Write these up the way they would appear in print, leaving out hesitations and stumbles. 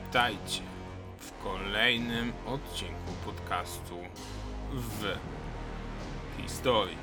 Witajcie w kolejnym odcinku podcastu w historii.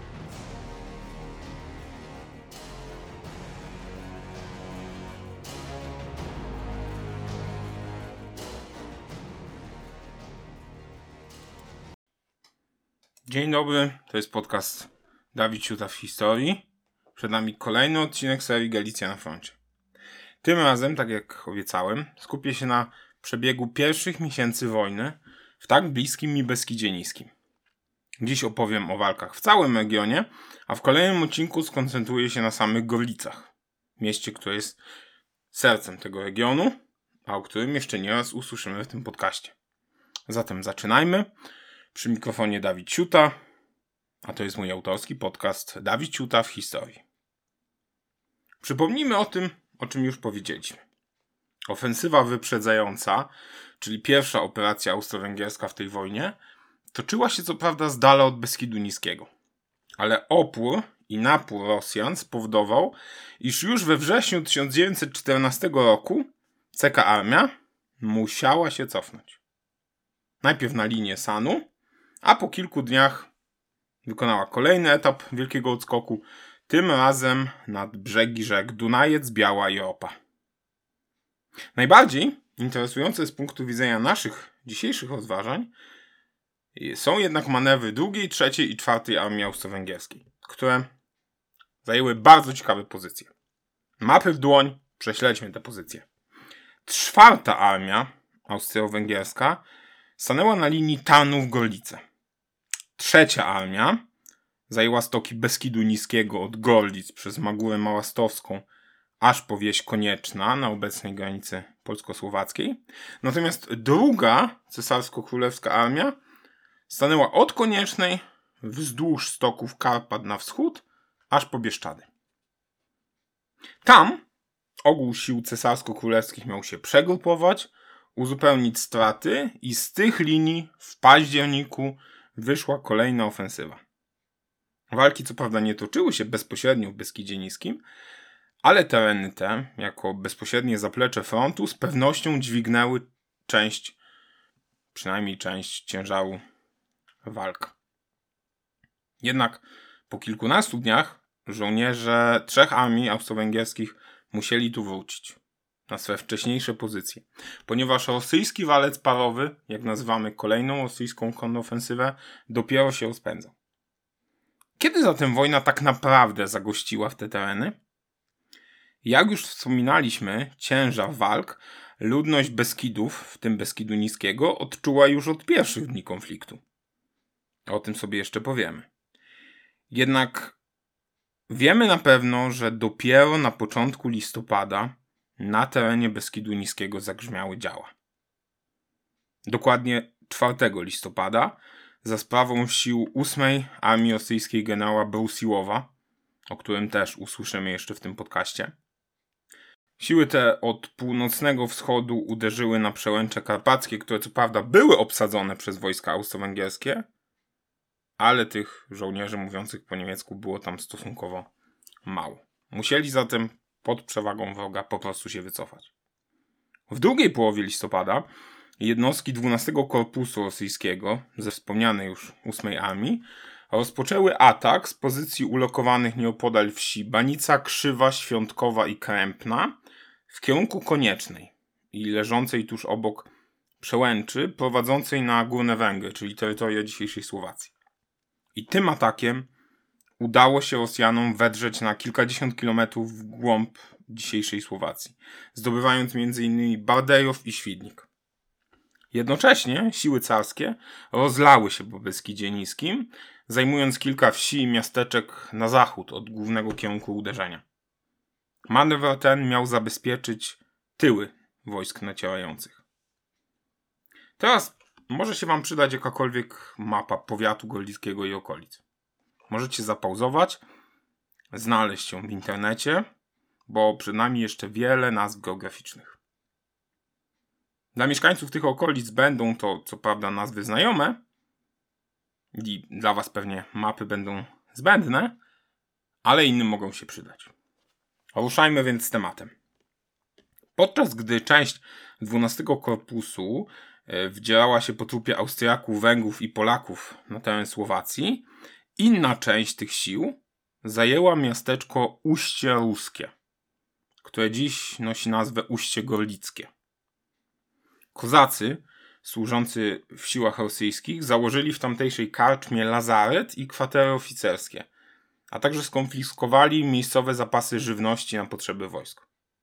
Dzień dobry, to jest podcast Dawid Ciuta w historii. Przed nami kolejny odcinek serii Galicja na froncie. Tym razem, tak jak obiecałem, skupię się na przebiegu pierwszych miesięcy wojny w tak bliskim mi Beskidzie Niskim. Dziś opowiem o walkach w całym regionie, a w kolejnym odcinku skoncentruję się na samych Gorlicach, mieście, które jest sercem tego regionu, a o którym jeszcze nie raz usłyszymy w tym podcaście. Zatem zaczynajmy. Przy mikrofonie Dawid Ciuta, a to jest mój autorski podcast Dawid Ciuta w historii. Przypomnijmy o tym, o czym już powiedzieliśmy. Ofensywa wyprzedzająca, czyli pierwsza operacja austro-węgierska w tej wojnie, toczyła się co prawda z dala od Beskidu Niskiego. Ale opór i napór Rosjan spowodował, iż już we wrześniu 1914 roku CK Armia musiała się cofnąć. Najpierw na linię Sanu, a po kilku dniach wykonała kolejny etap wielkiego odskoku, tym razem nad brzegi rzek Dunajec, Biała i Opa. Najbardziej interesujące z punktu widzenia naszych dzisiejszych rozważań są jednak manewry drugiej, trzeciej i czwartej armii austro-węgierskiej, które zajęły bardzo ciekawe pozycje. Mapy w dłoń, prześledźmy te pozycje. Czwarta armia austro-węgierska stanęła na linii Tarnów-Gorlice. Trzecia armia zajęła stoki Beskidu Niskiego od Gorlic przez Magurę Małastowską aż po wieś Konieczna na obecnej granicy polsko-słowackiej. Natomiast druga cesarsko-królewska armia stanęła od Koniecznej wzdłuż stoków Karpat na wschód aż po Bieszczady. Tam ogół sił cesarsko-królewskich miał się przegrupować, uzupełnić straty i z tych linii w październiku wyszła kolejna ofensywa. Walki co prawda nie toczyły się bezpośrednio w Beskidzie Niskim, ale tereny te, jako bezpośrednie zaplecze frontu, z pewnością dźwignęły przynajmniej część ciężaru walk. Jednak po kilkunastu dniach żołnierze trzech armii austro-węgierskich musieli tu wrócić na swe wcześniejsze pozycje, ponieważ rosyjski walec parowy, jak nazywamy kolejną rosyjską kontrofensywę, dopiero się rozpędzał. Kiedy zatem wojna tak naprawdę zagościła w te tereny? Jak już wspominaliśmy, ciężar walk ludność Beskidów, w tym Beskidu Niskiego, odczuła już od pierwszych dni konfliktu. O tym sobie jeszcze powiemy. Jednak wiemy na pewno, że dopiero na początku listopada na terenie Beskidu Niskiego zagrzmiały działa. Dokładnie 4 listopada za sprawą sił 8 Armii Rosyjskiej generała Brusiłowa, o którym też usłyszymy jeszcze w tym podcaście. Siły te od północnego wschodu uderzyły na przełęcze karpackie, które co prawda były obsadzone przez wojska austro-węgierskie, ale tych żołnierzy mówiących po niemiecku było tam stosunkowo mało. Musieli zatem pod przewagą wroga po prostu się wycofać. W drugiej połowie listopada jednostki 12 Korpusu Rosyjskiego ze wspomnianej już 8 Armii rozpoczęły atak z pozycji ulokowanych nieopodal wsi Banica, Krzywa, Świątkowa i Krępna w kierunku Koniecznej i leżącej tuż obok przełęczy prowadzącej na Górne Węgry, czyli terytoria dzisiejszej Słowacji. I tym atakiem udało się Rosjanom wedrzeć na kilkadziesiąt kilometrów w głąb dzisiejszej Słowacji, zdobywając m.in. Bardejów i Świdnik. Jednocześnie siły carskie rozlały się po Beskidzie Niskim, zajmując kilka wsi i miasteczek na zachód od głównego kierunku uderzenia. Manewr ten miał zabezpieczyć tyły wojsk nacierających. Teraz może się wam przydać jakakolwiek mapa powiatu gorlickiego i okolic. Możecie zapauzować, znaleźć ją w internecie, bo przed nami jeszcze wiele nazw geograficznych. Dla mieszkańców tych okolic będą to co prawda nazwy znajome i dla was pewnie mapy będą zbędne, ale innym mogą się przydać. Ruszajmy więc z tematem. Podczas gdy część 12 Korpusu wdzierała się po trupie Austriaków, Węgrów i Polaków na teren Słowacji, inna część tych sił zajęła miasteczko Uście Ruskie, które dziś nosi nazwę Uście Gorlickie. Kozacy służący w siłach rosyjskich założyli w tamtejszej karczmie lazaret i kwatery oficerskie, a także skonfiskowali miejscowe zapasy żywności na potrzeby wojsk.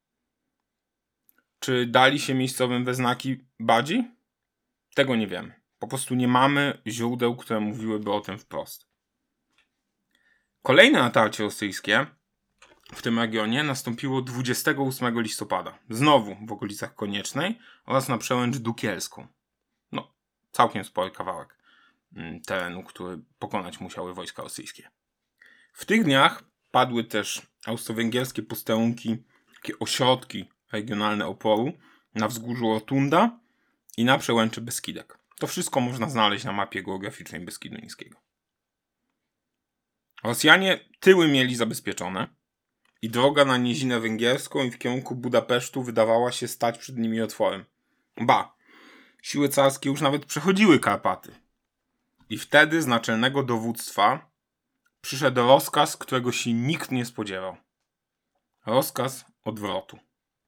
Czy dali się miejscowym we znaki bardziej? Tego nie wiemy. Po prostu nie mamy źródeł, które mówiłyby o tym wprost. Kolejne natarcie rosyjskie w tym regionie nastąpiło 28 listopada. Znowu w okolicach Koniecznej oraz na przełęcz Dukielską. Całkiem spory kawałek terenu, który pokonać musiały wojska rosyjskie. W tych dniach padły też austro-węgierskie posterunki, takie ośrodki regionalne oporu na wzgórzu Rotunda i na przełęczy Beskidek. To wszystko można znaleźć na mapie geograficznej Beskidu Niskiego. Rosjanie tyły mieli zabezpieczone i droga na Nizinę Węgierską i w kierunku Budapesztu wydawała się stać przed nimi otworem. Siły carskie już nawet przechodziły Karpaty. I wtedy z naczelnego dowództwa przyszedł rozkaz, którego się nikt nie spodziewał. Rozkaz odwrotu.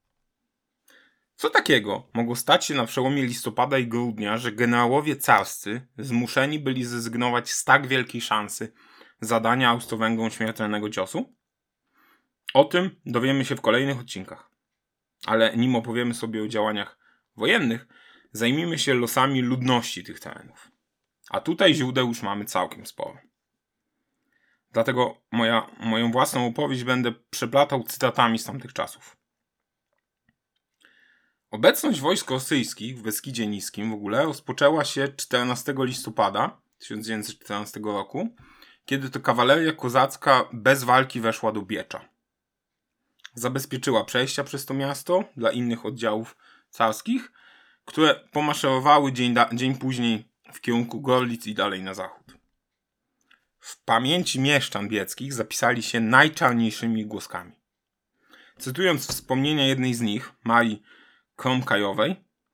Co takiego mogło stać się na przełomie listopada i grudnia, że generałowie carscy zmuszeni byli zrezygnować z tak wielkiej szansy zadania Austro-Węgrom śmiertelnego ciosu? O tym dowiemy się w kolejnych odcinkach. Ale nim opowiemy sobie o działaniach wojennych, zajmijmy się losami ludności tych terenów. A tutaj źródeł już mamy całkiem sporo. Dlatego moją własną opowieść będę przeplatał cytatami z tamtych czasów. Obecność wojsk rosyjskich w Beskidzie Niskim w ogóle rozpoczęła się 14 listopada 1914 roku, kiedy to kawaleria kozacka bez walki weszła do Biecza. Zabezpieczyła przejścia przez to miasto dla innych oddziałów carskich, które pomaszerowały dzień później w kierunku Gorlic i dalej na zachód. W pamięci mieszczan bieckich zapisali się najczarniejszymi głoskami. Cytując wspomnienia jednej z nich, Marii Kromkajowej,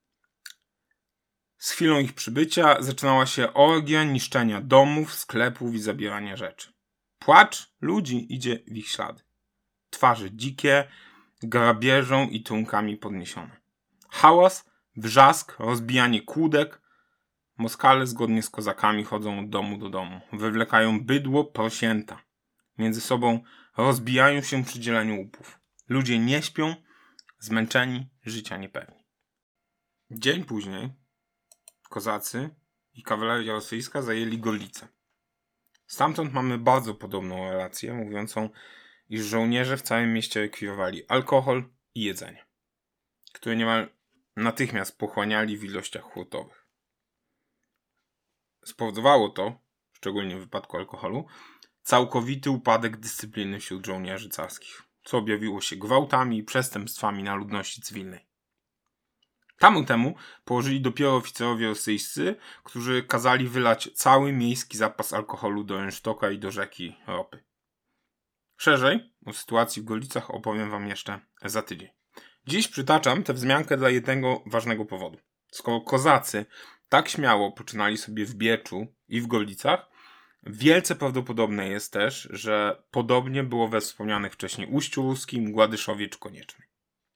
z chwilą ich przybycia zaczynała się orgia niszczenia domów, sklepów i zabierania rzeczy. Płacz ludzi idzie w ich ślady. Twarze dzikie, grabieżą i trunkami podniesione. Hałas, wrzask, rozbijanie kłódek. Moskale zgodnie z kozakami chodzą od domu do domu. Wywlekają bydło, prosięta. Między sobą rozbijają się przy dzieleniu łupów. Ludzie nie śpią, zmęczeni, życia niepewni. Dzień później kozacy i kawaleria rosyjska zajęli Gorlicę. Stamtąd mamy bardzo podobną relację, mówiącą, iż żołnierze w całym mieście rekwirowali alkohol i jedzenie, które niemal natychmiast pochłaniali w ilościach hurtowych. Spowodowało to, szczególnie w wypadku alkoholu, całkowity upadek dyscypliny wśród żołnierzy carskich, co objawiło się gwałtami i przestępstwami na ludności cywilnej. Temu położyli dopiero oficerowie rosyjscy, którzy kazali wylać cały miejski zapas alkoholu do rynsztoka i do rzeki ropy. Szerzej o sytuacji w Gorlicach opowiem wam jeszcze za tydzień. Dziś przytaczam tę wzmiankę dla jednego ważnego powodu. Skoro kozacy tak śmiało poczynali sobie w Bieczu i w Gorlicach, wielce prawdopodobne jest też, że podobnie było we wspomnianych wcześniej Uściu Ruskim, Gładyszowie czy Koniecznej.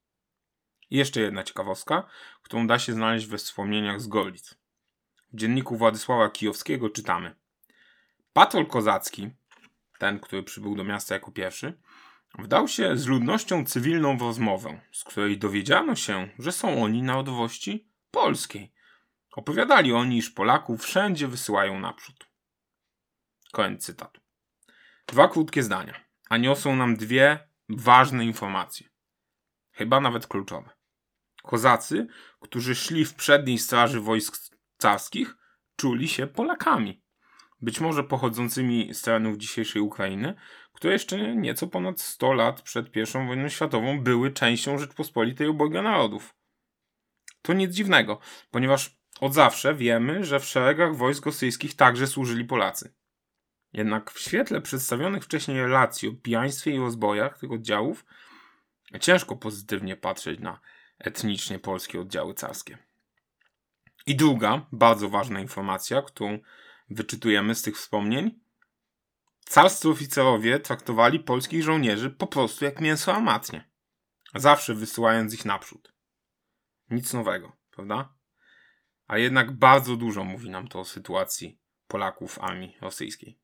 I jeszcze jedna ciekawostka, którą da się znaleźć we wspomnieniach z Gorlic. W dzienniku Władysława Kijowskiego czytamy: patrol kozacki, ten, który przybył do miasta jako pierwszy, wdał się z ludnością cywilną w rozmowę, z której dowiedziano się, że są oni narodowości polskiej. Opowiadali oni, iż Polaków wszędzie wysyłają naprzód. Koniec cytatu. 2 krótkie zdania, a niosą nam 2 ważne informacje. Chyba nawet kluczowe. Kozacy, którzy szli w przedniej straży wojsk carskich, czuli się Polakami. Być może pochodzącymi z terenów dzisiejszej Ukrainy, które jeszcze nieco ponad 100 lat przed I wojną światową były częścią Rzeczpospolitej obojga narodów. To nic dziwnego, ponieważ od zawsze wiemy, że w szeregach wojsk rosyjskich także służyli Polacy. Jednak w świetle przedstawionych wcześniej relacji o pijaństwie i rozbojach tych oddziałów ciężko pozytywnie patrzeć na etnicznie polskie oddziały carskie. I druga, bardzo ważna informacja, którą wyczytujemy z tych wspomnień. Carscy oficerowie traktowali polskich żołnierzy po prostu jak mięso armatnie. Zawsze wysyłając ich naprzód. Nic nowego, prawda? A jednak bardzo dużo mówi nam to o sytuacji Polaków w armii rosyjskiej.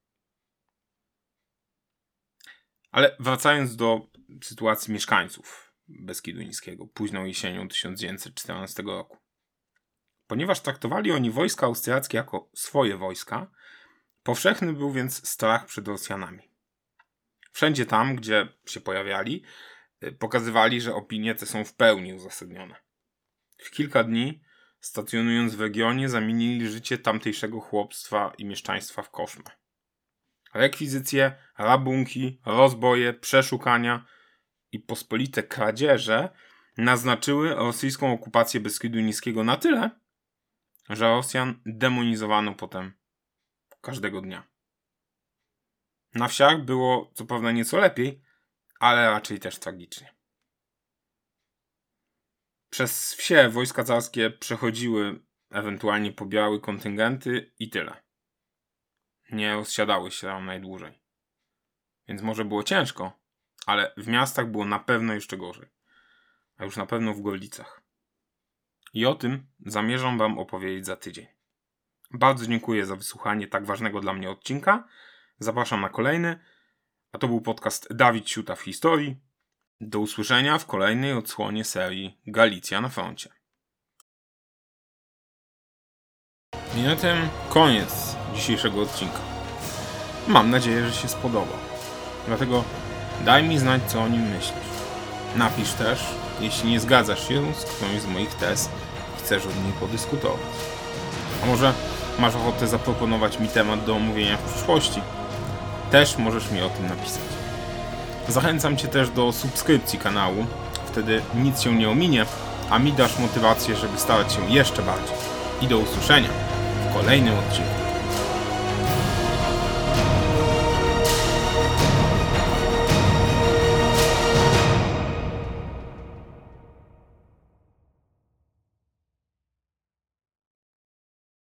Ale wracając do sytuacji mieszkańców Beskidu Niskiego późną jesienią 1914 roku. Ponieważ traktowali oni wojska austriackie jako swoje wojska, powszechny był więc strach przed Rosjanami. Wszędzie tam, gdzie się pojawiali, pokazywali, że opinie te są w pełni uzasadnione. W kilka dni, stacjonując w regionie, zamienili życie tamtejszego chłopstwa i mieszczaństwa w koszmar. Rekwizycje, rabunki, rozboje, przeszukania i pospolite kradzieże naznaczyły rosyjską okupację Beskidu Niskiego na tyle, że Rosjan demonizowano potem każdego dnia. Na wsiach było co prawda nieco lepiej, ale raczej też tragicznie. Przez wsie wojska carskie przechodziły, ewentualnie pobierały kontyngenty i tyle. Nie rozsiadały się tam najdłużej. Więc może było ciężko, ale w miastach było na pewno jeszcze gorzej. A już na pewno w Gorlicach. I o tym zamierzam wam opowiedzieć za tydzień. Bardzo dziękuję za wysłuchanie tak ważnego dla mnie odcinka. Zapraszam na kolejny. A to był podcast Dawid Siuta w historii. Do usłyszenia w kolejnej odsłonie serii Galicja na froncie. I na tym koniec dzisiejszego odcinka. Mam nadzieję, że się spodoba. Dlatego daj mi znać, co o nim myślisz. Napisz też, jeśli nie zgadzasz się z którąś z moich tez i chcesz od niej podyskutować. A może masz ochotę zaproponować mi temat do omówienia w przyszłości? Też możesz mi o tym napisać. Zachęcam Cię też do subskrypcji kanału. Wtedy nic się nie ominie, a mi dasz motywację, żeby starać się jeszcze bardziej. I do usłyszenia w kolejnym odcinku.